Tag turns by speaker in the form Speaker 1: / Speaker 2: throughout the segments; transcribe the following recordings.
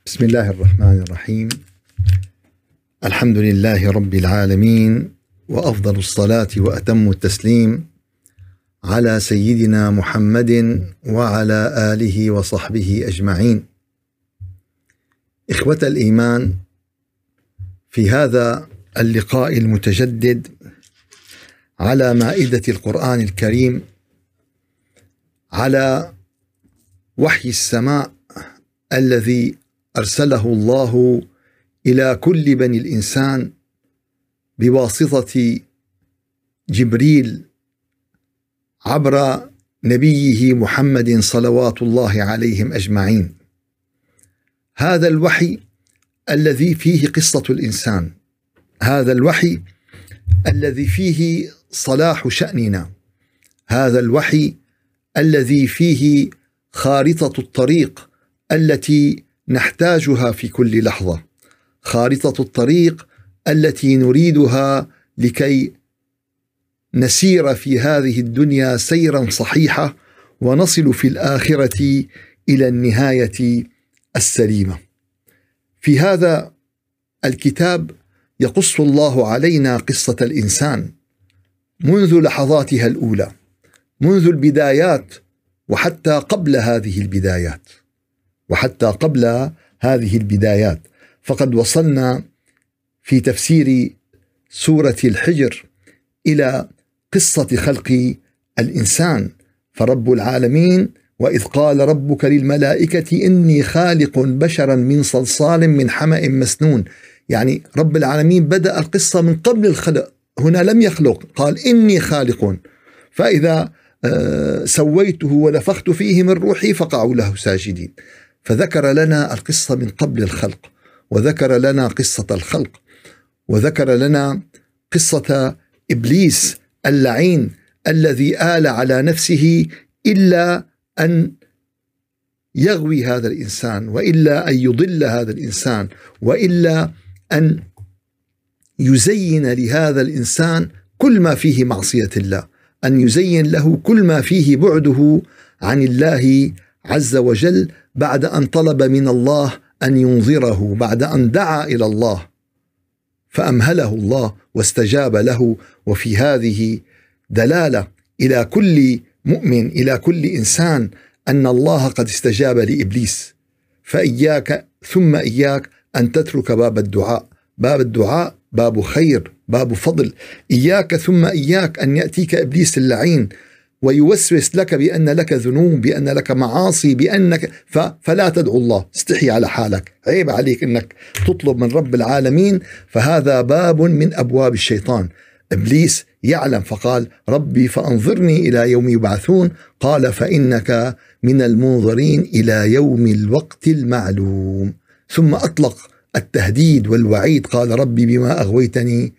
Speaker 1: بسم الله الرحمن الرحيم. الحمد لله رب العالمين، وأفضل الصلاة وأتم التسليم على سيدنا محمد وعلى آله وصحبه أجمعين. إخوة الإيمان، في هذا اللقاء المتجدد على مائدة القرآن الكريم، على وحي السماء الذي أرسله الله إلى كل بني الإنسان بواسطة جبريل عبر نبيه محمد صلوات الله عليهم أجمعين. هذا الوحي الذي فيه قصة الإنسان، هذا الوحي الذي فيه صلاح شأننا، هذا الوحي الذي فيه خارطة الطريق التي نحتاجها في كل لحظة، خارطة الطريق التي نريدها لكي نسير في هذه الدنيا سيرا صحيحا ونصل في الآخرة إلى النهاية السليمة. في هذا الكتاب يقص الله علينا قصة الإنسان منذ لحظاتها الأولى، منذ البدايات، وحتى قبل هذه البدايات، فقد وصلنا في تفسير سورة الحجر إلى قصة خلق الإنسان. فرب العالمين: وإذ قال ربك للملائكة إني خالق بشرا من صلصال من حمأ مسنون. يعني رب العالمين بدأ القصة من قبل الخلق، هنا لم يخلق، قال إني خالق، فإذا سويته ونفخت فيه من روحي فقعوا له ساجدين. فذكر لنا القصة من قبل الخلق، وذكر لنا قصة الخلق، وذكر لنا قصة إبليس اللعين الذي آل على نفسه إلا أن يغوي هذا الإنسان، وإلا أن يضل هذا الإنسان، وإلا أن يزين لهذا الإنسان كل ما فيه معصية الله، أن يزين له كل ما فيه بعده عن الله عز وجل، بعد أن طلب من الله أن ينظره، بعد أن دعا إلى الله فأمهله الله واستجاب له. وفي هذه دلالة إلى كل مؤمن، إلى كل إنسان، أن الله قد استجاب لإبليس. فإياك ثم إياك أن تترك باب الدعاء، باب الدعاء باب خير، باب فضل. إياك ثم إياك أن يأتيك إبليس اللعين ويوسوس لك بأن لك ذنوب، بأن لك معاصي، بأنك فلا تدعو الله، استحي على حالك، عيب عليك أنك تطلب من رب العالمين، فهذا باب من أبواب الشيطان. إبليس يعلم فقال: ربي فأنظرني إلى يوم يبعثون، قال: فإنك من المنظرين إلى يوم الوقت المعلوم. ثم أطلق التهديد والوعيد، قال: ربي بما أغويتني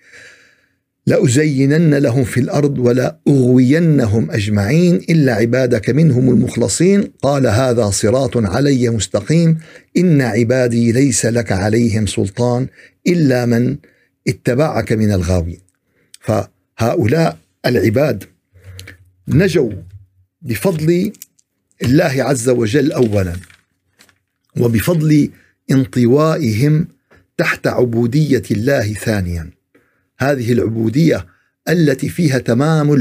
Speaker 1: لأزينن لهم في الأرض ولأغوينهم أجمعين إلا عبادك منهم المخلصين، قال: هذا صراط علي مستقيم، إن عبادي ليس لك عليهم سلطان إلا من اتبعك من الغاوين. فهؤلاء العباد نجوا بفضل الله عز وجل أولا، وبفضل انطوائهم تحت عبودية الله ثانيا. هذه العبودية التي فيها تمام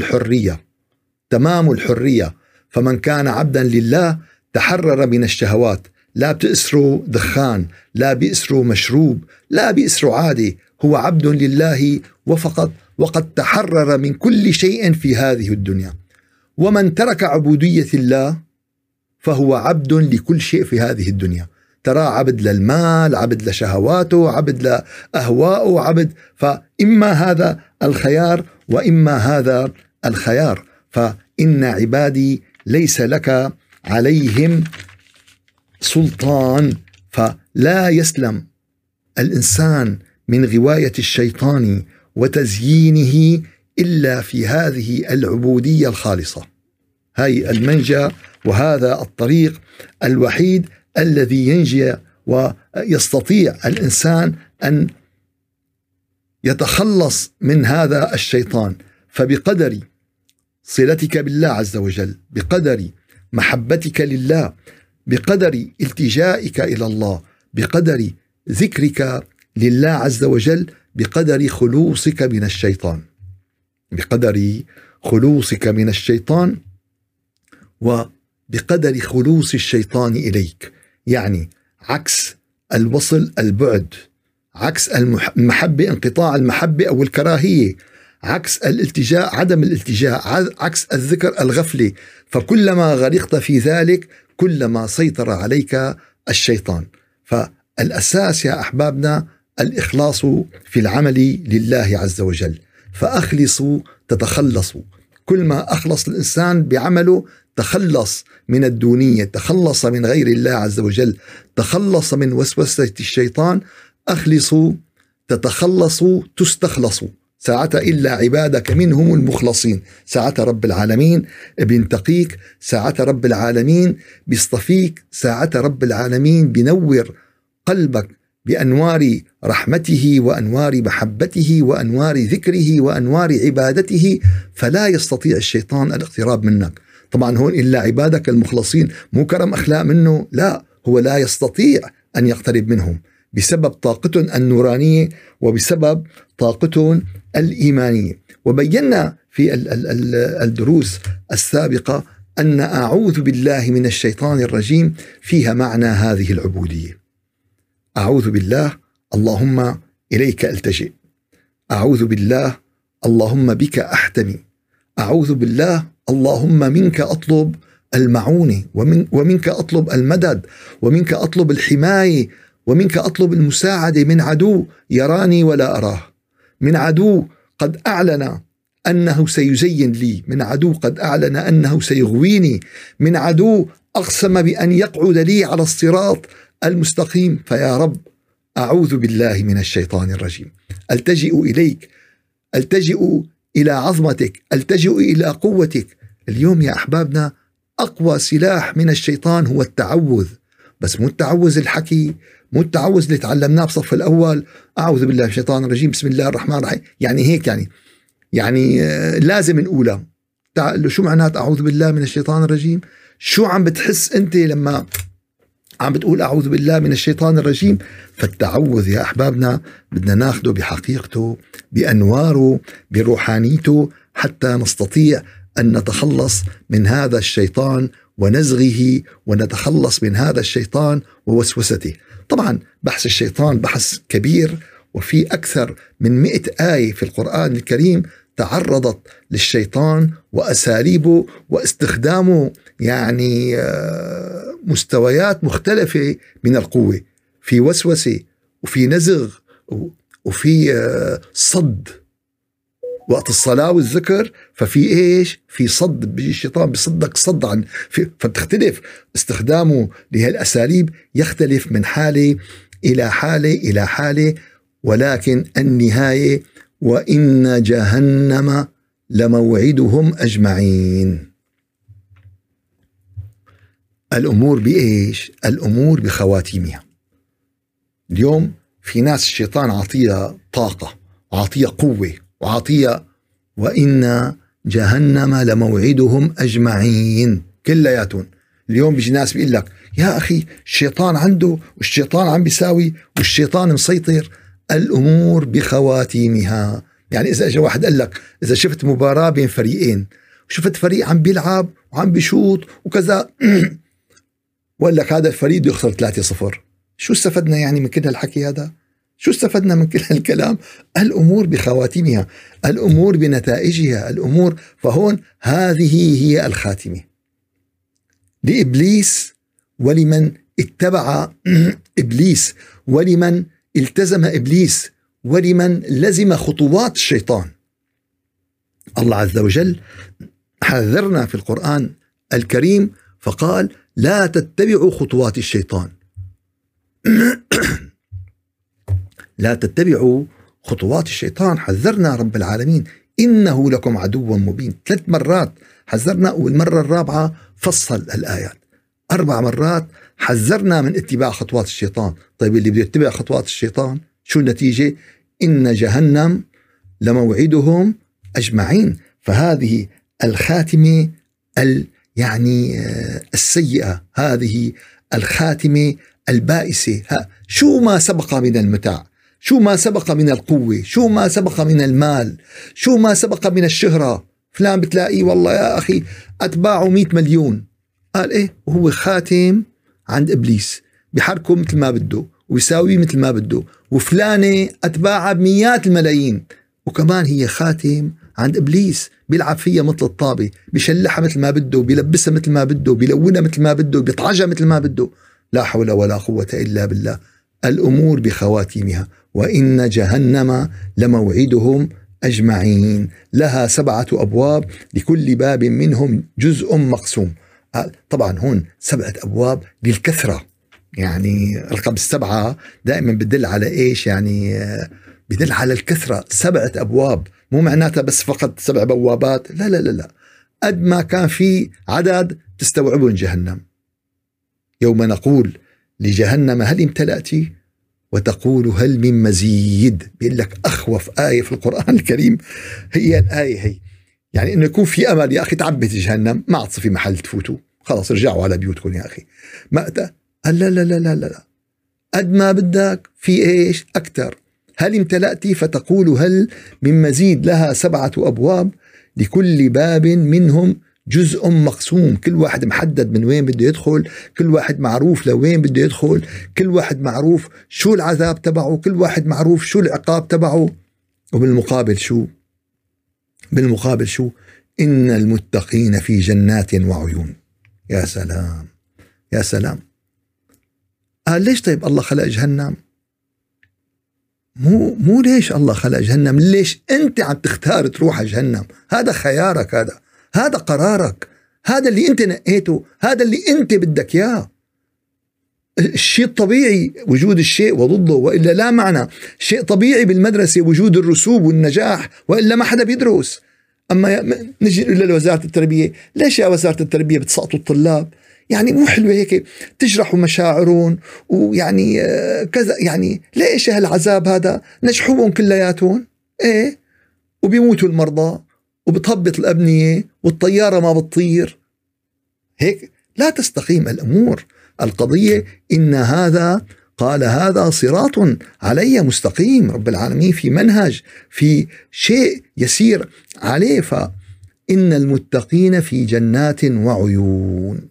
Speaker 1: الحرية. فمن كان عبدا لله تحرر من الشهوات، لا بتأسره دخان، لا بيأسره مشروب، لا بيأسره عادي، هو عبد لله وفقط، وقد تحرر من كل شيء في هذه الدنيا. ومن ترك عبودية الله فهو عبد لكل شيء في هذه الدنيا، ترى عبد للمال، عبد لشهواته، عبد لأهواءه، عبد. فإما هذا الخيار وإما هذا الخيار. فإن عبادي ليس لك عليهم سلطان. فلا يسلم الإنسان من غواية الشيطان وتزيينه إلا في هذه العبودية الخالصة. هاي المنجى وهذا الطريق الوحيد الذي ينجي ويستطيع الإنسان أن يتخلص من هذا الشيطان. فبقدر صلتك بالله عز وجل، بقدر محبتك لله، بقدر التجائك إلى الله، بقدر ذكرك لله عز وجل، بقدر خلوصك من الشيطان، بقدر خلوصك من الشيطان وبقدر خلوص الشيطان إليك. يعني عكس الوصل البعد، عكس المحبة انقطاع المحبة أو الكراهية، عكس الالتجاء عدم الالتجاء، عكس الذكر الغفلة. فكلما غرقت في ذلك كلما سيطر عليك الشيطان. فالأساس يا أحبابنا الإخلاص في العمل لله عز وجل. فأخلصوا تتخلصوا. كل ما أخلص الإنسان بعمله تخلص من الدونية، تخلص من غير الله عز وجل، تخلص من وسوسة الشيطان. أخلصوا تتخلصوا تستخلصوا. ساعتها إلا عبادك منهم المخلصين. ساعتها رب العالمين بينتقيك، ساعتها رب العالمين بيصطفيك، ساعتها رب العالمين بينور قلبك بأنوار رحمته وأنوار محبته وأنوار ذكره وأنوار عبادته، فلا يستطيع الشيطان الاقتراب منك. طبعا هون إلا عبادك المخلصين، مو كرم أخلاق منه، لا، هو لا يستطيع أن يقترب منهم بسبب طاقتهم النورانية وبسبب طاقتهم الإيمانية. وبينا في الدروس السابقة أن أعوذ بالله من الشيطان الرجيم فيها معنى هذه العبودية. أعوذ بالله اللهم إليك ألتجئ، أعوذ بالله اللهم بك أحتمي، أعوذ بالله اللهم منك أطلب المعونة، ومنك أطلب المدد، ومنك أطلب الحماية، ومنك أطلب المساعدة من عدو يراني ولا أراه، من عدو قد أعلن أنه سيزين لي، من عدو قد أعلن أنه سيغويني، من عدو أقسم بأن يقعد لي على الصراط المستقيم. فيا رب أعوذ بالله من الشيطان الرجيم، ألتجئ إليك، ألتجئ إلى عظمتك، ألتجئ إلى قوتك. اليوم يا أحبابنا أقوى سلاح من الشيطان هو التعوذ، بس مو التعوذ الحكي، مو التعوذ اللي تعلمناه بصف الأول، أعوذ بالله من الشيطان الرجيم بسم الله الرحمن الرحيم، يعني هيك يعني لازم نقولها. شو معنات أعوذ بالله من الشيطان الرجيم؟ شو عم بتحس أنت لما عم بتقول أعوذ بالله من الشيطان الرجيم؟ فالتعوذ يا أحبابنا بدنا ناخده بحقيقته، بأنواره، بروحانيته، حتى نستطيع أن نتخلص من هذا الشيطان ونزغه، ونتخلص من هذا الشيطان ووسوسته. طبعا بحث الشيطان بحث كبير، وفي أكثر من 100 آية في القرآن الكريم تعرضت للشيطان وأساليبه واستخدامه، يعني مستويات مختلفة من القوة، في وسوسة وفي نزغ وفي صد وقت الصلاة والذكر، ففي إيش؟ في صد، بيجي الشيطان بصدك صد عن فتختلف استخدامه لهالأساليب، يختلف من حالة إلى حالة إلى حالة، ولكن النهاية وإن جهنم لموعدهم أجمعين. الأمور بإيش؟ الأمور بخواتيمها. اليوم في ناس الشيطان عطيها طاقة وعطيها قوة وعطيها وإن جهنم لموعدهم أجمعين كلياتهم. اليوم بيجي ناس بيقول لك يا أخي الشيطان عنده، والشيطان عم بيساوي، والشيطان مسيطر. الأمور بخواتيمها. يعني إذا أجا واحد قال لك إذا شفت مباراة بين فريقين، وشفت فريق عم بيلعب وعم بيشوط وكذا وقال لك هذا الفريق يخسر 3-0، شو استفدنا يعني من كل هالحكي هذا؟ شو استفدنا من كل هالكلام؟ الأمور بخواتيمها، الأمور بنتائجها، الأمور. فهون هذه هي الخاتمة لإبليس ولمن اتبع إبليس ولمن التزم إبليس ولمن لزم خطوات الشيطان. الله عز وجل حذرنا في القرآن الكريم فقال لا تتبعوا خطوات الشيطان. لا تتبعوا خطوات الشيطان، حذرنا رب العالمين إنه لكم عدو مبين. 3 مرات حذرنا، والمرة الرابعة فصل الآيات. 4 مرات حذرنا من اتباع خطوات الشيطان. طيب اللي بده يتبع خطوات الشيطان شو النتيجة؟ إن جهنم لموعدهم أجمعين. فهذه الخاتمة يعني السيئة، هذه الخاتمة البائسة. شو ما سبق من المتاع، شو ما سبق من القوة، شو ما سبق من المال، شو ما سبق من الشهرة. فلان بتلاقيه والله يا أخي أتباعه 100 مليون، قال إيه وهو خاتم عند إبليس، بيحركه مثل ما بده ويساويه مثل ما بده. وفلانة أتباعها بمئات الملايين وكمان هي خاتم عند إبليس، بيلعب فيها مثل الطابة، بيشلحها مثل ما بده، بيلبسها مثل ما بده، بيلونها مثل ما بده، بيطعجها مثل ما بده. لا حول ولا قوة إلا بالله. الأمور بخواتيمها. وإن جهنم لموعدهم أجمعين لها 7 أبواب لكل باب منهم جزء مقسوم. طبعا هون 7 أبواب للكثرة، يعني رقم 7 دائما بدل على إيش؟ يعني بدل على الكثرة. 7 أبواب مو معناتها بس فقط 7 بوابات، لا لا لا لا، قد ما كان في عدد تستوعبون جهنم. يوم نقول لجهنم هل امتلأت وتقول هل من مزيد. بيقول لك أخوف آية في القرآن الكريم هي الآية هي، يعني إنه يكون في أمل يا أخي تعبت جهنم، ما عاد في محل تفوتوا، خلاص رجعوا على بيوتكم يا أخي. ما لا لا لا لا لا، قد ما بدك في إيش أكثر. هل امتلأت فتقول هل من مزيد لها 7 أبواب لكل باب منهم جزء مقسوم. كل واحد محدد من وين بده يدخل، كل واحد معروف لوين بده يدخل، كل واحد معروف شو العذاب تبعه، كل واحد معروف شو العقاب تبعه. وبالمقابل شو؟ بالمقابل شو؟ إن المتقين في جنات وعيون. يا سلام يا سلام. قال ليش طيب الله خلق جهنم؟ مو ليش الله خلق جهنم، ليش أنت عم تختار تروح على جهنم. هذا خيارك، هذا قرارك، هذا اللي أنت نقيته، هذا اللي أنت بدك إياه. الشيء الطبيعي وجود الشيء وضده، وإلا لا معنى. شيء طبيعي بالمدرسة وجود الرسوب والنجاح، وإلا ما حدا بيدرس. أما نجي لوزارة التربية، ليش يا وزارة التربية بتسقطوا الطلاب؟ يعني مو حلوة هيك تجرحوا مشاعرهم ويعني كذا، يعني ليش هالعذاب هذا؟ نجحوهم كلياتهم ايه، وبيموتوا المرضى وبتهبط الأبنية والطيارة ما بتطير. هيك لا تستقيم الأمور. القضية إن هذا قال هذا صراط علي مستقيم. رب العالمين في منهج، في شيء يسير عليه. فإن المتقين في جنات وعيون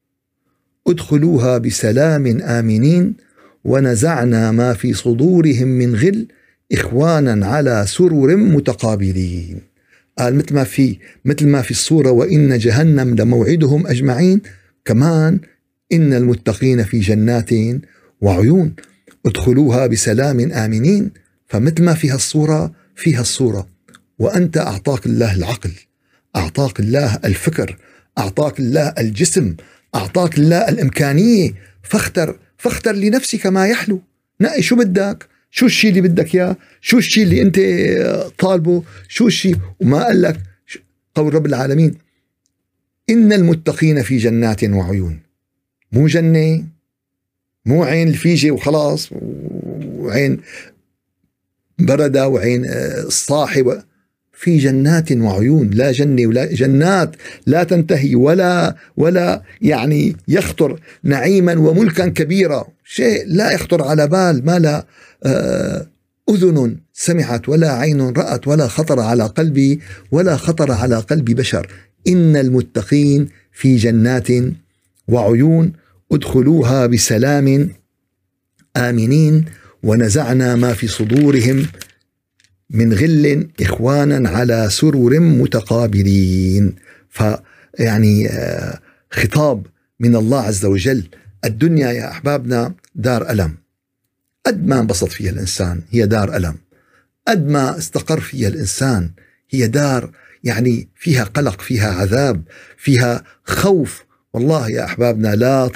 Speaker 1: ادخلوها بسلام آمنين ونزعنا ما في صدورهم من غل إخوانا على سرر متقابلين. قال مثل ما في الصورة وإن جهنم لموعدهم أجمعين، كمان إن المتقين في جنات وعيون ادخلوها بسلام آمنين. فمثل ما فيها الصورة وأنت أعطاك الله العقل، أعطاك الله الفكر، أعطاك الله الجسم، أعطاك الله الإمكانية. فاختر لنفسك ما يحلو. نقي شو بدك، شو الشيء اللي بدك إياه، شو الشيء اللي أنت طالبه، شو الشيء. وما قال لك قول رب العالمين إن المتقين في جنات وعيون، مو جنة، مو عين الفيجة وخلاص، وعين بردة وعين الصاحي في جنات وعيون. لا جنة ولا جنات لا تنتهي ولا يعني يخطر نعيما وملكا كبيرا، شيء لا يخطر على بال، ما لا أذن سمعت ولا عين رأت ولا خطر على قلب بشر. إن المتقين في جنات وعيون ادخلوها بسلام آمنين ونزعنا ما في صدورهم من غل إخوانا على سرر متقابلين. فيعني خطاب من الله عز وجل. الدنيا يا أحبابنا دار ألم، قد ما انبسط فيها الإنسان هي دار ألم، قد ما استقر فيها الإنسان هي دار يعني فيها قلق، فيها عذاب، فيها خوف. والله يا أحبابنا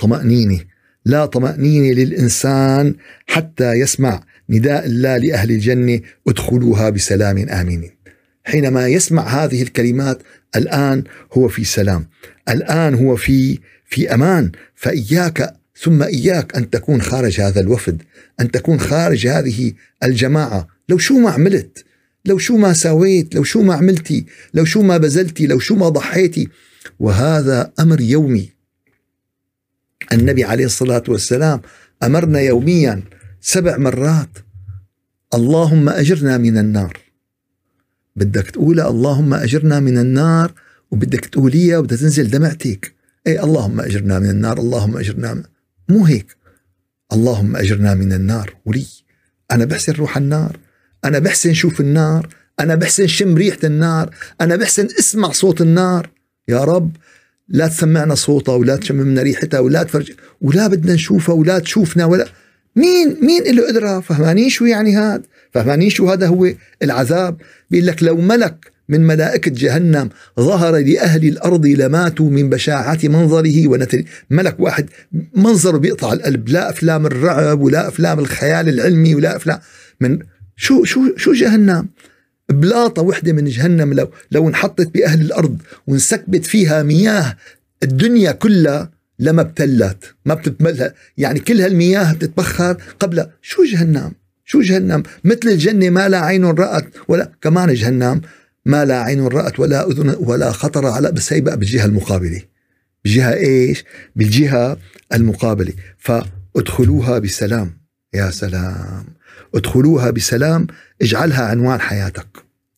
Speaker 1: لا طمأنينة للإنسان حتى يسمع نداء الله لأهل الجنة ادخلوها بسلام آمنين. حينما يسمع هذه الكلمات الآن هو في سلام، الآن هو في أمان. فإياك ثم إياك أن تكون خارج هذا الوفد، أن تكون خارج هذه الجماعة. لو شو ما عملت، لو شو ما سويت، لو شو ما عملتي، لو شو ما بذلتي، لو شو ما ضحيتي. وهذا أمر يومي. النبي عليه الصلاة والسلام أمرنا يوميا 7 مرات اللهم أجرنا من النار. بدك تقولها اللهم أجرنا من النار، وبدك تقوليها وبدها تنزل دمعتك. أي اللهم أجرنا من النار، اللهم أجرنا مو هيك، اللهم أجرنا من النار. ولي أنا بحسن روح النار، أنا بحسن شوف النار، أنا بحسن شم ريحة النار، أنا بحسن اسمع صوت النار. يا رب لا تسمعنا صوتها ولا تشممنا ريحتها ولا تفرج ولا بدنا نشوفها ولا تشوفنا ولا مين له قدرة. فهمانين شو يعني هذا؟ فهمانين شو هذا هو العذاب؟ بيقول لك لو ملك من ملائكة جهنم ظهر لأهل الأرض لماتوا من بشاعة منظره ونتنه. ملك واحد منظره بيقطع القلب، لا أفلام الرعب ولا أفلام الخيال العلمي ولا أفلام من شو جهنم. بلاطة وحدة من جهنم لو انحطت بأهل الأرض وانسكبت فيها مياه الدنيا كلها لما ابتلت، ما بتتملها، يعني كل هالمياه بتتبخر قبل. شو جهنم مثل الجنة ما لا عين رأت، ولا كمان جهنم ما لا عين رأت ولا أذن ولا خطر على، بس هي بقى بالجهة المقابلة. بالجهة إيش؟ بالجهة المقابلة. فادخلوها بسلام. يا سلام، ادخلوها بسلام. اجعلها عنوان حياتك،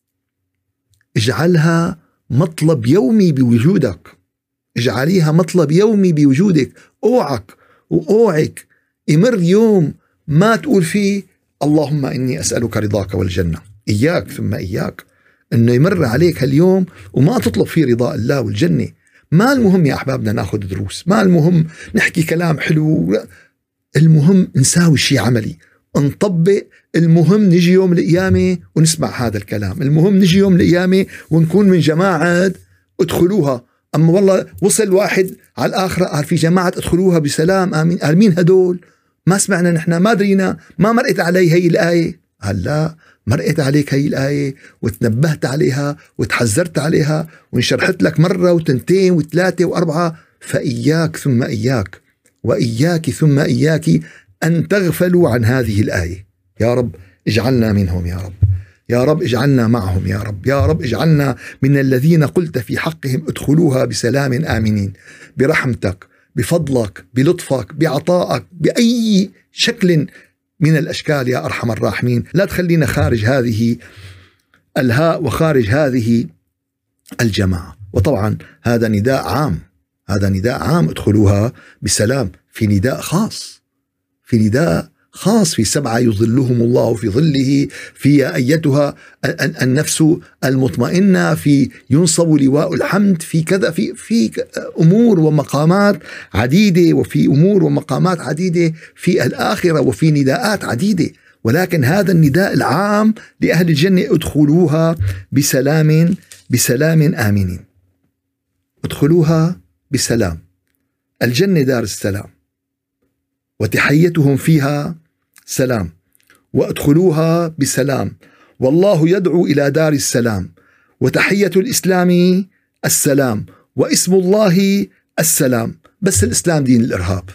Speaker 1: اجعلها مطلب يومي بوجودك، اجعليها مطلب يومي بوجودك. اوعك واوعك يمر يوم ما تقول فيه اللهم إني أسألك رضاك والجنة. إياك ثم إياك إنه يمر عليك هاليوم وما تطلب فيه رضاء الله والجنة. ما المهم يا أحبابنا ناخذ دروس، ما المهم نحكي كلام حلو، المهم نساوي شيء عملي، نطبق. المهم نجي يوم القيامة ونسمع هذا الكلام، المهم نجي يوم القيامة ونكون من جماعة ادخلوها. أما والله وصل واحد على الآخرة قال في جماعة ادخلوها بسلام آمين. قال مين هدول؟ ما سمعنا نحن، ما درينا، ما مرقت علي هي الآية. قال لا، مرقت عليك هي الآية وتنبهت عليها وتحذرت عليها وانشرحت لك مرة وتنتين وثلاثة وأربعة. فإياك ثم إياك وإياك ثم إياك أن تغفلوا عن هذه الآية. يا رب اجعلنا منهم، يا رب، يا رب اجعلنا معهم، يا رب، يا رب اجعلنا من الذين قلت في حقهم ادخلوها بسلام آمنين. برحمتك، بفضلك، بلطفك، بعطائك، بأي شكل من الأشكال يا أرحم الراحمين. لا تخلينا خارج هذه الهاء وخارج هذه الجماعة. وطبعا هذا نداء عام، هذا نداء عام، ادخلوها بسلام. في نداء خاص، في نداء خاص، في 7 يظلهم الله في ظله، في أيتها النفس المطمئنة، في ينصب لواء الحمد، في كذا، في أمور ومقامات عديدة، وفي أمور ومقامات عديدة في الآخرة، وفي نداءات عديدة. ولكن هذا النداء العام لأهل الجنة ادخلوها بسلام آمنين. ادخلوها بسلام. الجنة دار السلام، وتحيتهم فيها سلام، وادخلوها بسلام. والله يدعو إلى دار السلام، وتحية الإسلام السلام، واسم الله السلام. بس الإسلام دين الإرهاب.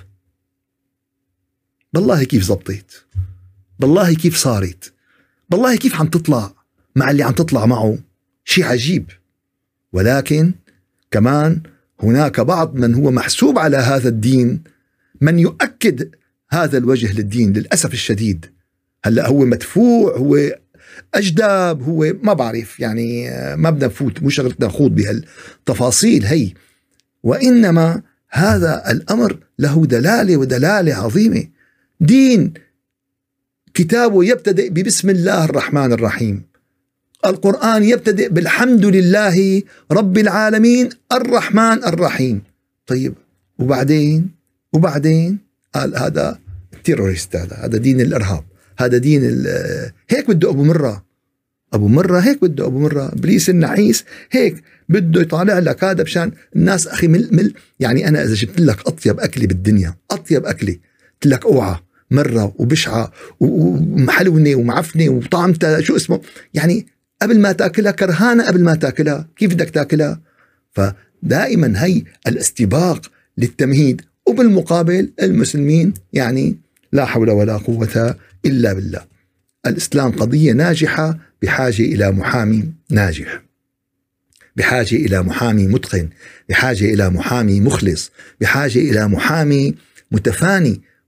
Speaker 1: بالله كيف زبطت، بالله كيف صارت، بالله كيف عم تطلع مع اللي عم تطلع معه، شيء عجيب. ولكن كمان هناك بعض من هو محسوب على هذا الدين، من يؤكد هذا الوجه للدين للأسف الشديد. هلأ هو مدفوع، هو أجدب، هو ما بعرف، يعني ما بدنا نفوت، مو شغلتنا نخوض بهالتفاصيل هي. وإنما هذا الأمر له دلالة ودلالة عظيمة. دين كتابه يبتدئ ببسم الله الرحمن الرحيم، القرآن يبتدئ بالحمد لله رب العالمين الرحمن الرحيم. طيب وبعدين قال هذا التيروريست، هذا دين الإرهاب، هذا دين هيك بده أبو مرة هيك بده أبو مرة إبليس النحيس هيك بده يطالع لك هذا بشان الناس. أخي مل يعني أنا إذا جبت لك أطيب أكلة بالدنيا، أطيب أكلة، قلت لك أوعى مرة وبشعة ومحلونة ومعفنة وطعمتها شو اسمه، يعني قبل ما تأكلها كرهانة، قبل ما تأكلها كيف بدك تأكلها؟ فدائما هي الاستباق للتمهيد. وبالمقابل المسلمين يعني لا حول ولا قوة إلا بالله. الإسلام قضية ناجحة بحاجة إلى محامي ناجح، بحاجة إلى محامي متقن، بحاجة إلى محامي مخلص، بحاجة إلى محامي متفاني،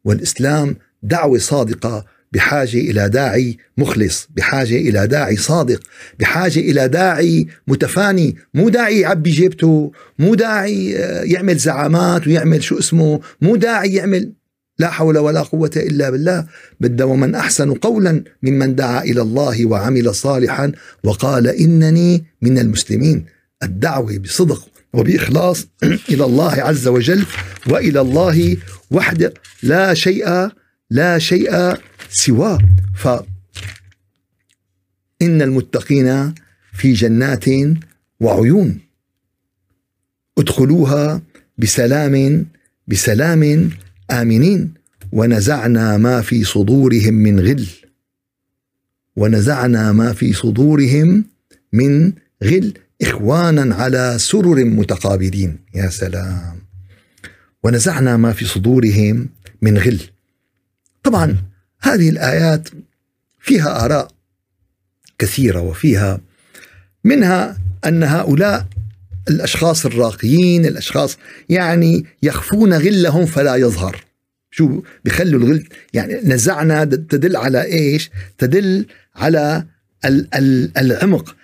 Speaker 1: والإسلام دعوة صادقة بحاجة إلى داعي مخلص، بحاجة إلى داعي صادق، بحاجة إلى داعي متفاني، مو داعي يعبي جيبته، مو داعي يعمل زعامات ويعمل شو اسمه، مو داعي يعمل لا حول ولا قوة إلا بالله. بدأ ومن أحسن قولا ممن دعا إلى الله وعمل صالحا وقال إنني من المسلمين. الدعوة بصدق وبإخلاص إلى الله عز وجل وإلى الله وحده، لا شيء سواه. فإن المتقين في جنات وعيون ادخلوها بسلام آمنين ونزعنا ما في صدورهم من غل إخوانا على سرر متقابلين. يا سلام، ونزعنا ما في صدورهم من غل. طبعا هذه الآيات فيها آراء كثيرة، وفيها منها أن هؤلاء الأشخاص الراقيين، الأشخاص يعني يخفون غلهم فلا يظهر. شو بيخلوا الغل؟ يعني نزعنا تدل على إيش؟ تدل على العمق،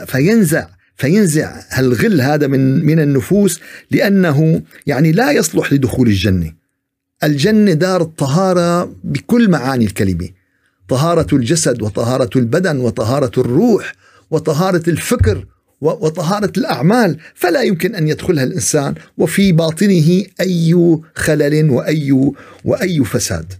Speaker 1: فينزع الغل هذا من النفوس، لأنه يعني لا يصلح لدخول الجنة. الجنة دار الطهارة بكل معاني الكلمة، طهارة الجسد وطهارة البدن وطهارة الروح وطهارة الفكر وطهارة الأعمال، فلا يمكن أن يدخلها الإنسان وفي باطنه أي خلل وأي فساد.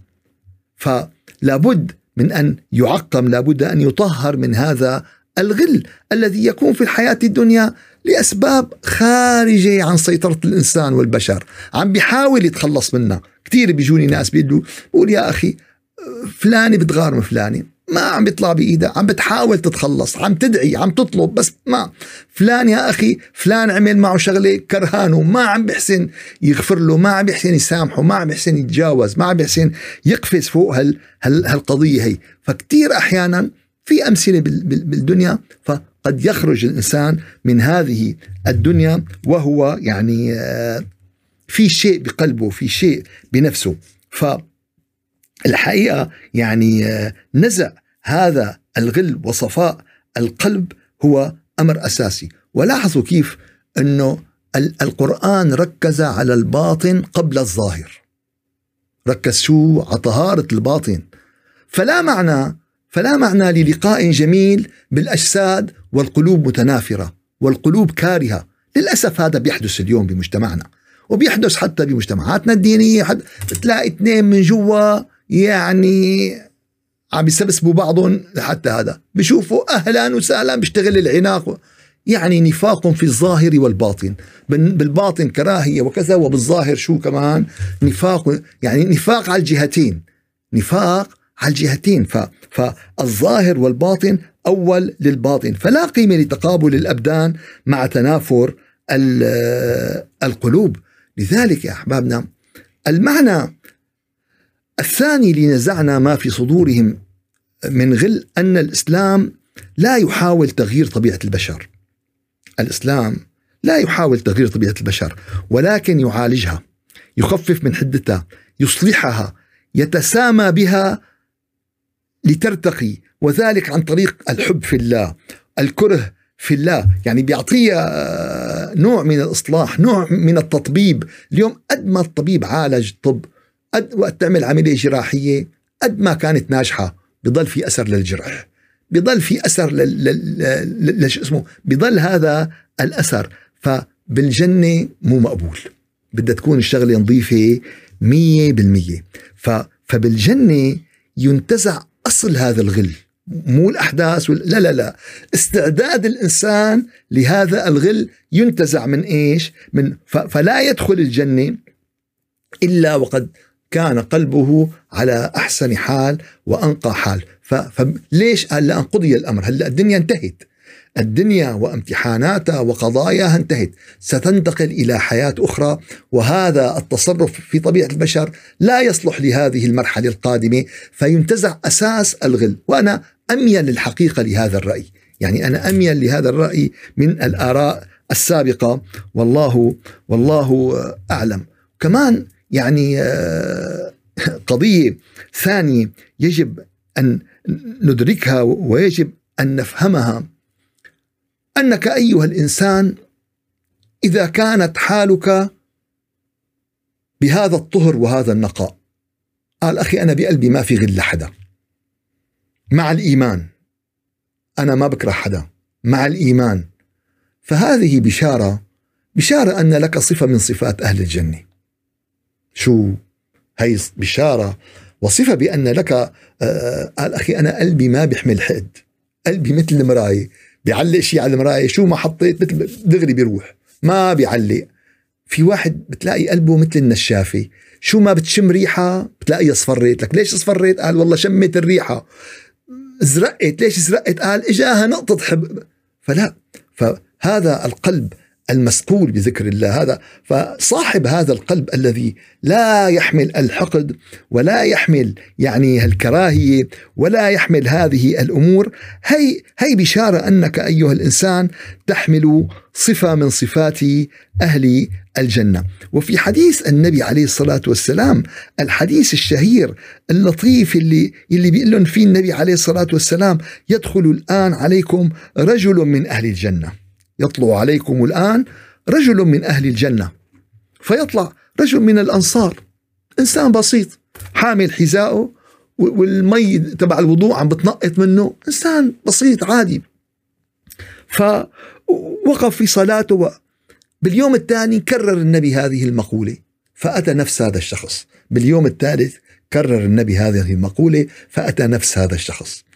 Speaker 1: فلابد من أن يعقم، لابد أن يطهر من هذا الغل الذي يكون في الحياة الدنيا لأسباب خارجة عن سيطرة الإنسان والبشر، عم بيحاول يتخلص منها. كتير بيجوني ناس بيقول يا أخي فلاني بتغار من فلاني، ما عم بيطلع بإيدها، عم بتحاول تتخلص، عم تدعي، عم تطلب، بس ما فلان يا أخي فلان عمل معه شغلة كرهانه، ما عم بيحسن يغفر له، ما عم بيحسن يسامحه، ما عم بيحسن يتجاوز، ما عم بيحسن يقفز فوق هالقضية هي. فكتير أحيانا في أمثلة بالدنيا، فقد يخرج الإنسان من هذه الدنيا وهو يعني في شيء بقلبه، في شيء بنفسه. فالحقيقة يعني نزع هذا الغل وصفاء القلب هو أمر أساسي. ولاحظوا كيف أنه القرآن ركز على الباطن قبل الظاهر، ركز شو؟ على طهارة الباطن. فلا معنى للقاء جميل بالأجساد والقلوب متنافرة والقلوب كارهة. للأسف هذا بيحدث اليوم بمجتمعنا، وبيحدث حتى بمجتمعاتنا الدينية. بتلاقي اثنين من جوا يعني عم يسبسبوا بعضهم، حتى هذا بيشوفوا أهلا وسهلا بيشتغل العناق. يعني نفاق في الظاهر والباطن، بالباطن كراهية وكذا، وبالظاهر شو كمان؟ نفاق. يعني نفاق على الجهتين، فالظاهر والباطن أول للباطن، فلا قيمة لتقابل الأبدان مع تنافر القلوب. لذلك يا أحبابنا المعنى الثاني لنزعنا ما في صدورهم من غل أن الإسلام لا يحاول تغيير طبيعة البشر. الإسلام لا يحاول تغيير طبيعة البشر، ولكن يعالجها، يخفف من حدتها، يصلحها، يتسامى بها لترتقي، وذلك عن طريق الحب في الله، الكره في الله. يعني بيعطيها نوع من الإصلاح، نوع من التطبيب. اليوم قد ما الطبيب عالج طب، وقت تعمل عملية جراحية قد ما كانت ناجحة بضل في أثر للجرح، بضل في أثر بضل هذا الأثر. فبالجنة مو مقبول، بدها تكون الشغلة نظيفة 100%. فبالجنة ينتزع أصل هذا الغل، مو الأحداث لا، استعداد الإنسان لهذا الغل ينتزع من إيش؟ فلا يدخل الجنة إلا وقد كان قلبه على أحسن حال وأنقى حال. فليش؟ هلأ قضي الأمر، هلأ الدنيا انتهت، الدنيا وامتحاناتها وقضاياها انتهت، ستنتقل إلى حياة أخرى. وهذا التصرف في طبيعة البشر لا يصلح لهذه المرحلة القادمة، فينتزع أساس الغل. وأنا أميل للحقيقة لهذا الرأي، يعني أنا أميل لهذا الرأي من الآراء السابقة، والله أعلم. كمان يعني قضية ثانية يجب أن ندركها ويجب أن نفهمها، أنك أيها الإنسان إذا كانت حالك بهذا الطهر وهذا النقاء، قال أخي أنا بقلبي ما في غل لحدا، مع الإيمان، أنا ما بكره حدا، مع الإيمان، فهذه بشارة أن لك صفة من صفات أهل الجنة. شو هي؟ بشارة وصفة بأن لك قال أخي أنا قلبي ما بيحمل حقد، قلبي مثل المراية، بيعلق شيء على المراية شو ما حطيت مثل دغري بيروح، ما بيعلق. في واحد بتلاقي قلبه مثل النشافة، شو ما بتشم ريحة بتلاقي اصفريت. لك ليش اصفريت؟ قال والله شميت الريحة. زرقت، ليش زرقت؟ قال اجاها نقطة حب. فلا، فهذا القلب المسقول بذكر الله، هذا فصاحب هذا القلب الذي لا يحمل الحقد ولا يحمل يعني الكراهية ولا يحمل هذه الأمور، هي بشارة أنك أيها الإنسان تحمل صفة من صفات أهل الجنة. وفي حديث النبي عليه الصلاة والسلام، الحديث الشهير اللطيف اللي بيقول لهم فيه النبي عليه الصلاة والسلام: يدخل الآن عليكم رجل من أهل الجنة، يطلع عليكم الآن رجل من أهل الجنة، فيطلع رجل من الأنصار، إنسان بسيط حامل حذائه والمي تبع الوضوء عم بتنقط منه، إنسان بسيط عادي، فوقف في صلاته. باليوم الثاني كرر النبي هذه المقولة فأتى نفس هذا الشخص، باليوم الثالث كرر النبي هذه المقولة فأتى نفس هذا الشخص.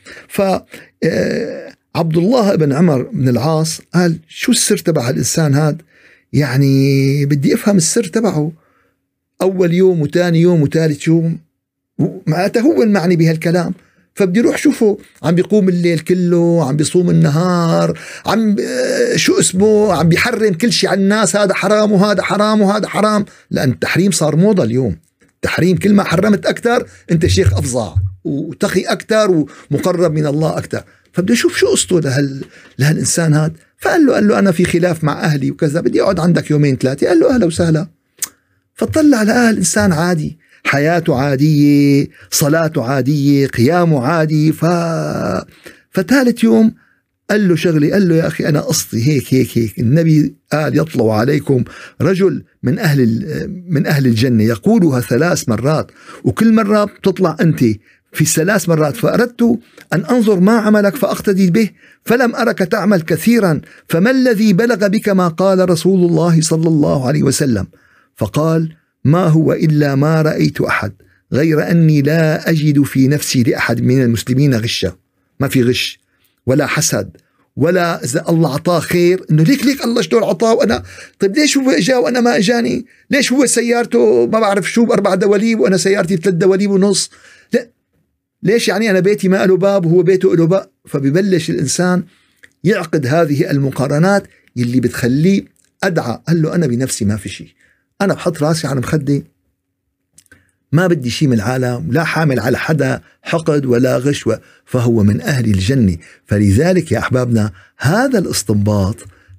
Speaker 1: عبد الله بن عمر بن العاص قال: شو السر تبع الإنسان هذا؟ يعني بدي أفهم السر تبعه. أول يوم وثاني يوم وثالث يوم معناته هو المعني بهالكلام، فبدي روح شوفه عم بيقوم الليل كله، عم بيصوم النهار، عم شو اسمه، عم بيحرم كل شيء على الناس، هذا حرام وهذا حرام وهذا حرام، لأن التحريم صار موضة اليوم. التحريم كل ما حرمت أكثر أنت شيخ أفظع وتقي أكثر ومقرب من الله أكثر. فبده يشوف شو قصته لهالإنسان هذا. فقال له أنا في خلاف مع أهلي وكذا، بدي أقعد عندك يومين ثلاثة. قال له أهلا وسهلا. فطلع لقى الإنسان عادي، حياته عادية، صلاته عادية، قيامه عادي. فثالث يوم قال له شغلي، قال له: يا أخي أنا قصتي هيك النبي قال يطلع عليكم رجل من أهل الجنة يقولها 3 مرات، وكل مرة بتطلع أنت في 3 مرات، فأردت أن أنظر ما عملك فأقتدي به، فلم أرك تعمل كثيرا، فما الذي بلغ بك ما قال رسول الله صلى الله عليه وسلم؟ فقال: ما هو إلا ما رأيت أحد، غير أني لا أجد في نفسي لأحد من المسلمين غشة. ما في غش ولا حسد، ولا إذا الله عطاه خير إنه ليك الله شلون عطاه وأنا، طيب ليش هو إجا وأنا ما إجاني؟ ليش هو سيارته ما بعرف شو ب4 دواليب وأنا سيارتي 3 دواليب ونص؟ لا، ليش يعني أنا بيتي ما له باب وهو بيته له باب؟ فبيبلش الإنسان يعقد هذه المقارنات اللي بتخليه أدعى. قال له: أنا بنفسي ما في شيء، أنا بحط راسي على مخدي، ما بدي شيء من العالم، لا حامل على حدا حقد ولا غش، فهو من أهل الجنة. فلذلك يا أحبابنا هذا الاستنباط: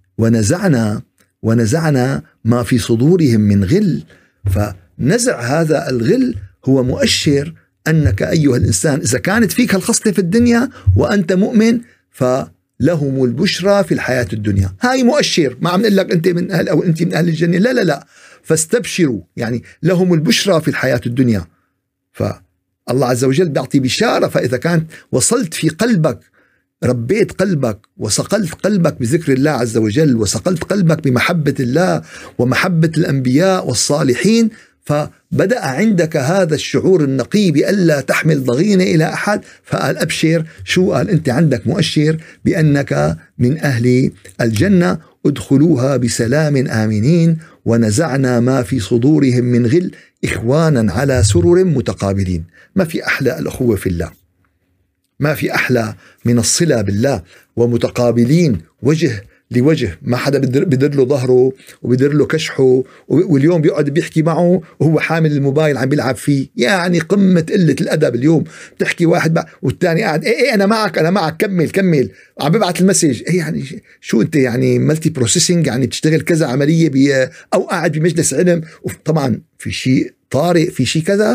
Speaker 1: ونزعنا ما في صدورهم من غل. فنزع هذا الغل هو مؤشر أنك أيها الإنسان إذا كانت فيك هالخصلة في الدنيا وأنت مؤمن فلهم البشرى في الحياة الدنيا. هاي مؤشر، ما عم نقول لك أنت من أهل أو أنت من أهل الجنة، لا، فاستبشروا، يعني لهم البشرى في الحياة الدنيا. فالله عز وجل بيعطي بشارة. فإذا كانت وصلت في قلبك، ربيت قلبك وصقلت قلبك بذكر الله عز وجل، وصقلت قلبك بمحبة الله ومحبة الأنبياء والصالحين، فبدأ عندك هذا الشعور النقي بألا تحمل ضغينة إلى أحد. فقال: أبشر. شو قال؟ أنت عندك مؤشر بأنك من أهل الجنة، ادخلوها بسلام آمنين، ونزعنا ما في صدورهم من غل إخوانا على سرر متقابلين. ما في أحلى الأخوة في الله، ما في أحلى من الصلة بالله، ومتقابلين وجه لوجه، ما حدا بدر له ظهره وبدر له كشحه، واليوم بيقعد بيحكي معه وهو حامل الموبايل عم بيلعب فيه. يعني قمة قلة الأدب. اليوم تحكي واحد والتاني قاعد إيه أنا معك كمل عم ببعث المسج. إيه يعني شو أنت يعني مالتي بروسيسنج، يعني بتشتغل كذا عملية أو قاعد بمجلس علم، طبعا في شيء طارئ، في شيء كذا،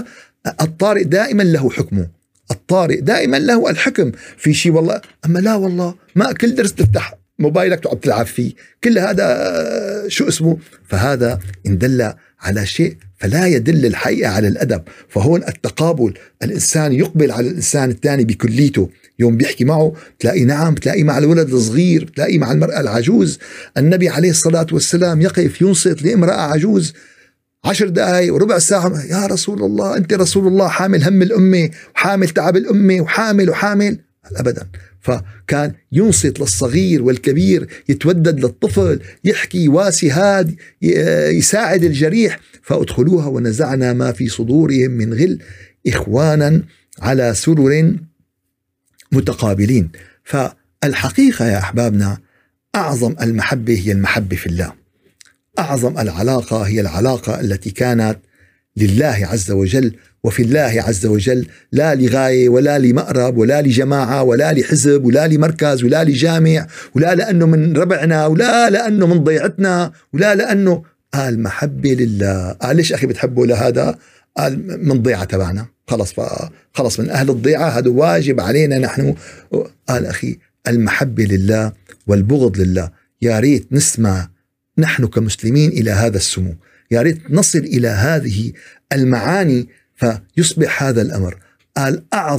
Speaker 1: الطارئ دائما له حكمه، الطارئ دائما له الحكم في شيء والله. أما لا والله ما كل درس تفتح موبايلك تقعد تلعب فيه، كل هذا شو اسمه. فهذا إن دل على شيء فلا يدل الحقيقة على الأدب. فهون التقابل، الإنسان يقبل على الإنسان الثاني بكليته، يوم بيحكي معه تلاقي نعم، تلاقي مع الولد الصغير، تلاقي مع المرأة العجوز. النبي عليه الصلاة والسلام يقف ينصت لامرأة عجوز 10 دقائق وربع ساعة، يا رسول الله أنت رسول الله حامل هم الأمة وحامل تعب الأمة وحامل أبدا. فكان ينصت للصغير والكبير، يتودد للطفل، يحكي واسي هاد، يساعد الجريح. فأدخلوها ونزعنا ما في صدورهم من غل إخوانا على سرر متقابلين. فالحقيقة يا أحبابنا أعظم المحبة هي المحبة في الله، أعظم العلاقة هي العلاقة التي كانت لله عز وجل وفي الله عز وجل، لا لغاية ولا لمأرب ولا لجماعة ولا لحزب ولا لمركز ولا لجامع ولا لأنه من ربعنا ولا لأنه من ضيعتنا ولا لأنه المحبة لله. قال ليش أخي بتحبه لهذا؟ قال من ضيعة تبعنا، خلص من أهل الضيعة، هذا واجب علينا نحن. قال أخي المحبة لله والبغض لله. يا ريت نسمع نحن كمسلمين إلى هذا السمو، يا ريت نصل إلى هذه المعاني فيصبح هذا الأمر. قال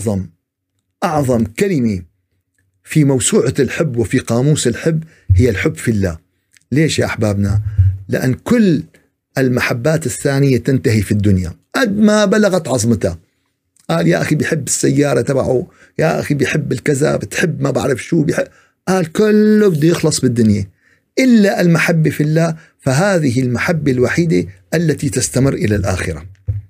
Speaker 1: أعظم كلمة في موسوعة الحب وفي قاموس الحب هي الحب في الله. ليش يا أحبابنا؟ لأن كل المحبات الثانية تنتهي في الدنيا قد ما بلغت عظمتها. قال يا أخي بيحب السيارة تبعه، يا أخي بيحب الكذا، بتحب ما بعرف شو بيحب. قال كله بده يخلص بالدنيا إلا المحبة في الله، فهذه المحبة الوحيدة التي تستمر إلى الآخرة.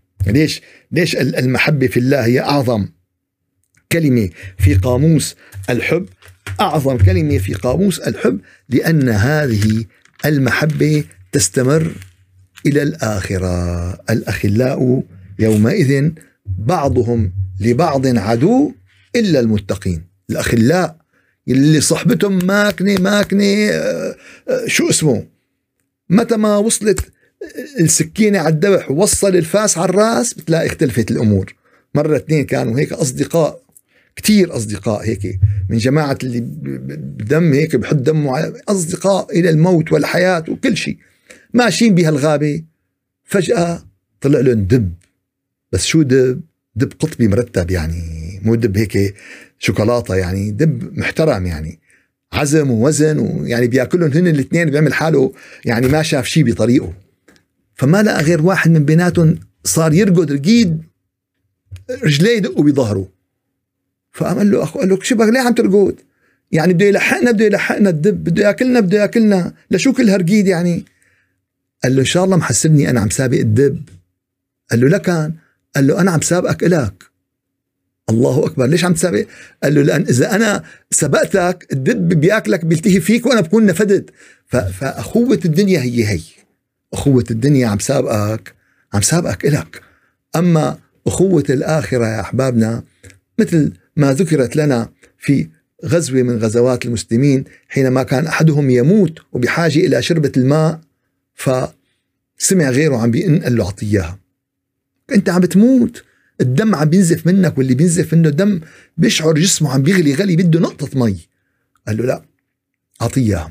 Speaker 1: ليش المحبة في الله هي أعظم كلمة في قاموس الحب؟ أعظم كلمة في قاموس الحب لأن هذه المحبة تستمر إلى الآخرة. الأخلاء يومئذ بعضهم لبعض عدو إلا المتقين. الأخلاء اللي صحبتهم ماكنة شو اسمه، متى ما وصلت السكينة على الذبح ووصل الفاس على الراس بتلاقي اختلفت الأمور. مرة 2 كانوا هيك أصدقاء، كتير أصدقاء هيك من جماعة اللي بدم هيك بحط دمه، أصدقاء إلى الموت والحياة وكل شيء، ماشيين بهالغابة فجأة طلع لهم دب. بس شو دب قطبي مرتب، يعني مو دب هيك شوكولاتة، يعني دب محترم، يعني عزم ووزن، ويعني بياكلهم هن الاثنين، بيعمل حاله يعني ما شاف شيء بطريقه. فما لقى غير واحد من بيناتهم صار يرقد رقيد، رجليه يدقوا بظهره. فقال له أخو، قال له شو بك ليه عم ترقد؟ يعني بده يلحقنا الدب، بده ياكلنا لشو كل هالرقيد يعني؟ قال له إن شاء الله محسبني أنا عم سابق الدب. قال له لكن، قال له أنا عم سابقك إلك. الله أكبر، ليش عم تسابق؟ قال له لأن إذا أنا سبقتك الدب بياكلك بيلتهي فيك وأنا بكون نفدت. فأخوة الدنيا هي أخوة الدنيا عم سابقك إلك. أما أخوة الآخرة يا أحبابنا مثل ما ذكرت لنا في غزوة من غزوات المسلمين، حينما كان أحدهم يموت وبحاجة إلى شربة الماء، فسمع غيره عم قال له أعطيها، أنت عم بتموت، الدم عم بينزف منك، واللي بينزف منه دم بيشعر جسمه عم بيغلي غلي، بده نقطة مي. قال له لا أعطيها.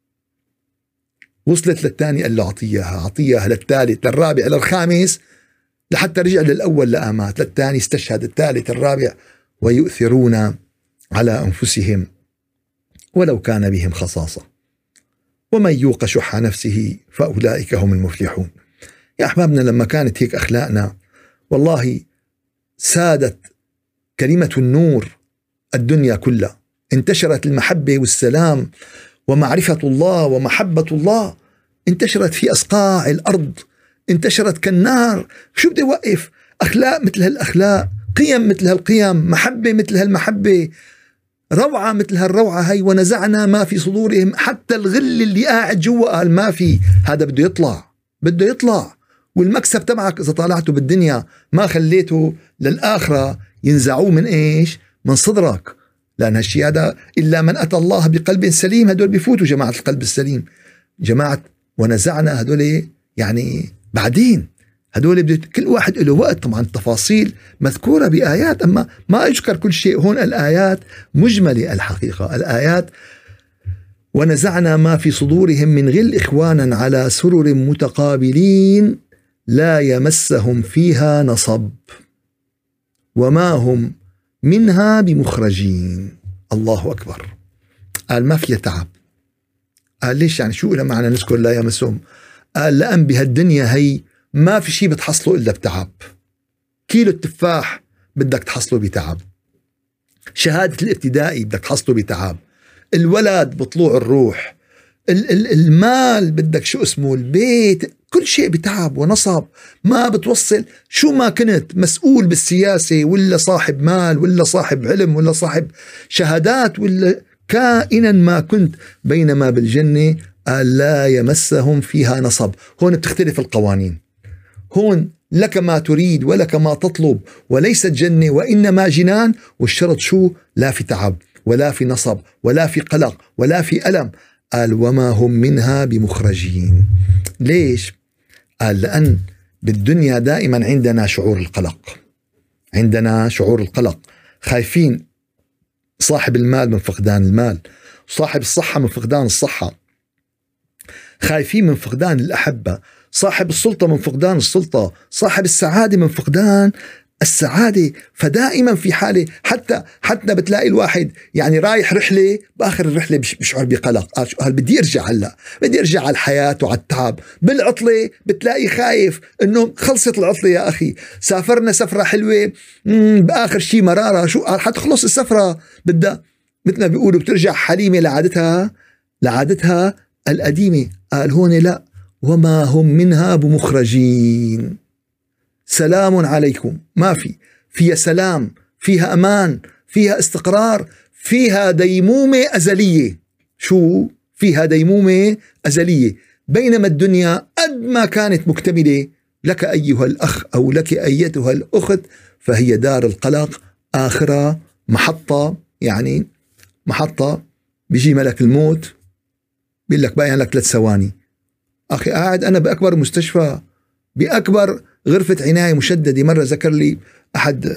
Speaker 1: وصلت للثاني قال له أعطيها، للثالث، للرابع، للخامس، لحتى رجع للأول لأمات، للثاني استشهد، الثالث، الرابع. ويؤثرون على أنفسهم ولو كان بهم خصاصة ومن يوق شح نفسه فأولئك هم المفلحون. يا أحبابنا لما كانت هيك أخلاقنا والله سادت كلمة النور الدنيا كلها، انتشرت المحبة والسلام ومعرفة الله ومحبة الله، انتشرت في أصقاع الأرض، انتشرت كالنار. شو بدي وقف؟ أخلاق مثل هالأخلاق، قيم مثل هالقيم، محبة مثل هالمحبة، روعة مثل هالروعة هي. ونزعنا ما في صدورهم، حتى الغل اللي قاعد جوا قال ما في، هذا بده يطلع. والمكسب تبعك إذا طالعته بالدنيا ما خليته للآخرة ينزعوه من إيش؟ من صدرك. لأن هالشيء هذا إلا من أتى الله بقلب سليم، هدول بيفوتوا جماعة القلب السليم. جماعة ونزعنا هدول يعني بعدين، هدول كل واحد له وقت. طبعا التفاصيل مذكورة بآيات، أما ما يذكر كل شيء هون. الآيات مجملة الحقيقة. الآيات: ونزعنا ما في صدورهم من غل إخوانا على سرر متقابلين لا يمسهم فيها نصب وما هم منها بمخرجين. الله أكبر. قال ما فيها تعب. قال ليش يعني؟ شو إلى معنى نذكر لا يمسهم؟ قال لأن بهالدنيا هي ما في شيء بتحصله إلا بتعب. كيلو التفاح بدك تحصله بتعب، شهادة الابتدائي بدك تحصله بتعب، الولد بطلوع الروح، المال بدك شو اسمه، البيت، كل شيء بتعب ونصب. ما بتوصل شو ما كنت مسؤول بالسياسة ولا صاحب مال ولا صاحب علم ولا صاحب شهادات ولا كائنا ما كنت. بينما بالجنة قال لا يمسهم فيها نصب. هون بتختلف القوانين. هون لك ما تريد ولك ما تطلب، وليست جنة وإنما جنان. والشرط شو؟ لا في تعب ولا في نصب ولا في قلق ولا في ألم. قال وما هم منها بمخرجين. ليش؟ قال لأن بالدنيا دائما عندنا شعور القلق، عندنا شعور القلق، خايفين. صاحب المال من فقدان المال، صاحب الصحة من فقدان الصحة، خايفين من فقدان الأحبة، صاحب السلطة من فقدان السلطة، صاحب السعادة من فقدان السعادة. فدائما في حالة، حتى بتلاقي الواحد يعني رايح رحلة، بآخر الرحلة بشعر بقلق. قال بدي أرجع هلأ، بدي أرجع على الحياة وعلى التعب. بالعطلة بتلاقي خايف إنه خلصت العطلة يا أخي، سافرنا سفرة حلوة، بآخر شي مرارة. شو قال؟ حتخلص السفرة، بدها مثل ما بيقولوا بترجع حليمة لعادتها القديمة. قال هون لا، وما هم منها بمخرجين. سلام عليكم. ما فيها سلام، فيها أمان، فيها استقرار، فيها ديمومة أزلية. شو؟ فيها ديمومة أزلية. بينما الدنيا قد ما كانت مكتملة لك أيها الأخ أو لك أيتها الأخت فهي دار القلق. آخرها محطة، يعني محطة بيجي ملك الموت بيقول لك باقي لك 3 ثواني. أخي قاعد أنا بأكبر مستشفى، بأكبر غرفة عناية مشددة. مرة ذكر لي أحد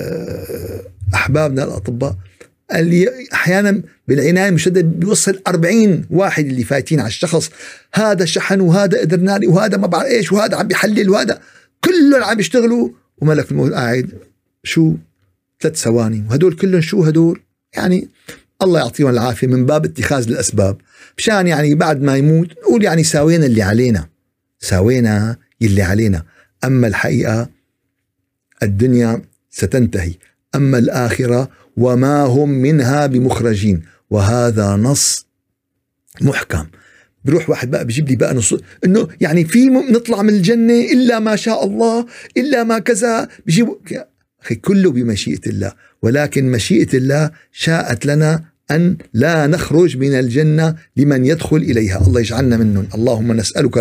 Speaker 1: أحبابنا الأطباء، قال لي أحيانا بالعناية المشددة بيوصل 40 واحد اللي فايتين على الشخص. هذا شحن وهذا قدرنا لي وهذا ما بعرف إيش وهذا عم بيحلل وهذا، كلهم عم بيشتغلوا وملك الموت قاعد شو 3 ثواني. وهدول كلهم شو هدول؟ يعني الله يعطيهم العافية من باب اتخاذ الأسباب، مشان يعني بعد ما يموت نقول يعني ساوينا اللي علينا، ساوينا اللي علينا. أما الحقيقة الدنيا ستنتهي، أما الآخرة وما هم منها بمخرجين. وهذا نص محكم. بروح واحد بقى بيجيب لي بقى نص إنه يعني في نطلع من الجنة إلا ما شاء الله إلا ما كذا، بيجيبوا أخي كله بمشيئة الله. ولكن مشيئة الله شاءت لنا أن لا نخرج من الجنة لمن يدخل إليها. الله يجعلنا منهم. اللهم نسألك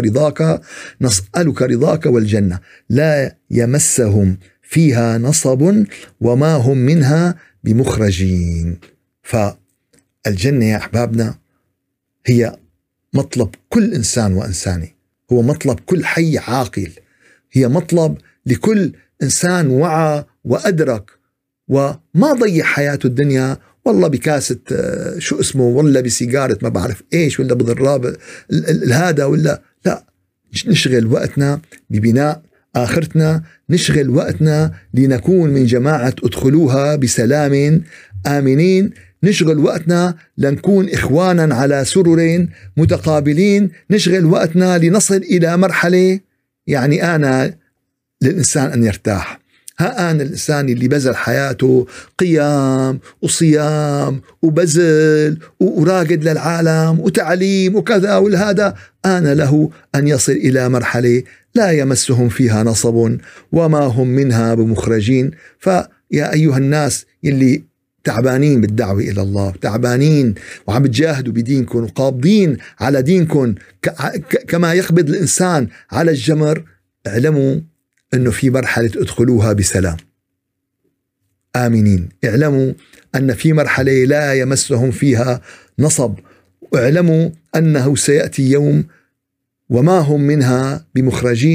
Speaker 1: رضاك والجنة لا يمسهم فيها نصب وما هم منها بمخرجين. فالجنة يا أحبابنا هي مطلب كل إنسان وإنسانة، هو مطلب كل حي عاقل، هي مطلب لكل إنسان وعى وأدرك وما ضيع حياته الدنيا والله بكاسة شو اسمه ولا بسيجارة ما بعرف ايش ولا بضراب هذا ولا لا. نشغل وقتنا ببناء آخرتنا، نشغل وقتنا لنكون من جماعة ادخلوها بسلام آمنين، نشغل وقتنا لنكون إخوانا على سرر متقابلين، نشغل وقتنا لنصل إلى مرحلة يعني أنا للإنسان أن يرتاح. ها أنا الإنسان اللي بذل حياته قيام وصيام وبذل وراقد للعالم وتعليم وكذا والهذا، أنا له أن يصل إلى مرحلة لا يمسهم فيها نصب وما هم منها بمخرجين. فيا أيها الناس اللي تعبانين بالدعوة إلى الله، تعبانين وعم بتجاهدوا بدينكم وقابضين على دينكم كما يقبض الإنسان على الجمر، اعلموا أنه في مرحلة ادخلوها بسلام آمنين. اعلموا أن في مرحلة لا يمسهم فيها نصب، واعلموا أنه سيأتي يوم وما هم منها بمخرجين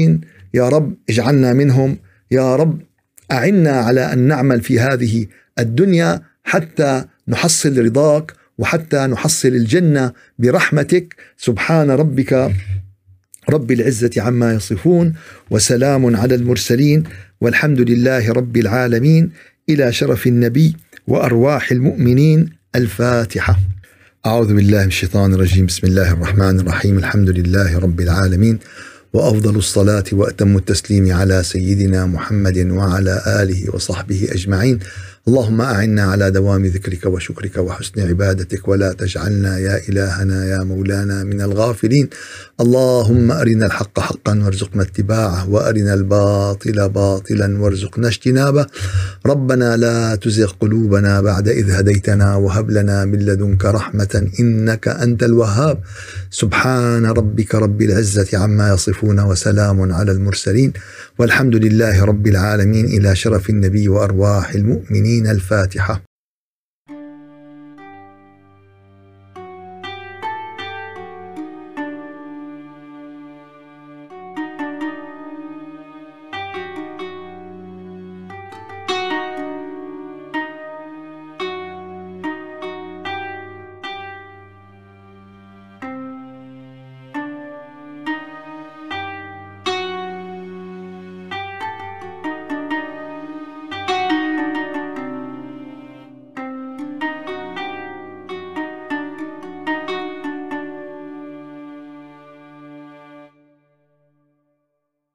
Speaker 1: يا رب اجعلنا منهم. يا رب أعنا على أن نعمل في هذه الدنيا حتى نحصل رضاك وحتى نحصل الجنة برحمتك. سبحان ربك رب العزة عما يصفون، وسلام على المرسلين، والحمد لله رب العالمين. إلى شرف النبي وأرواح المؤمنين. الفاتحة. أعوذ بالله من الشيطان الرجيم. بسم الله الرحمن الرحيم. الحمد لله رب العالمين، وأفضل الصلاة وأتم التسليم على سيدنا محمد وعلى آله وصحبه أجمعين. اللهم أعنا على دوام ذكرك وشكرك وحسن عبادتك، ولا تجعلنا يا إلهنا يا مولانا من الغافلين. اللهم أرنا الحق حقا وارزقنا اتباعه، وأرنا الباطل باطلا وارزقنا اجتنابه. ربنا لا تزغ قلوبنا بعد إذ هديتنا، وهب لنا من لدنك رحمة إنك أنت الوهاب. سبحان ربك رب العزة عما يصفون، وسلام على المرسلين، والحمد لله رب العالمين. إلى شرف النبي وأرواح المؤمنين. الفاتحة.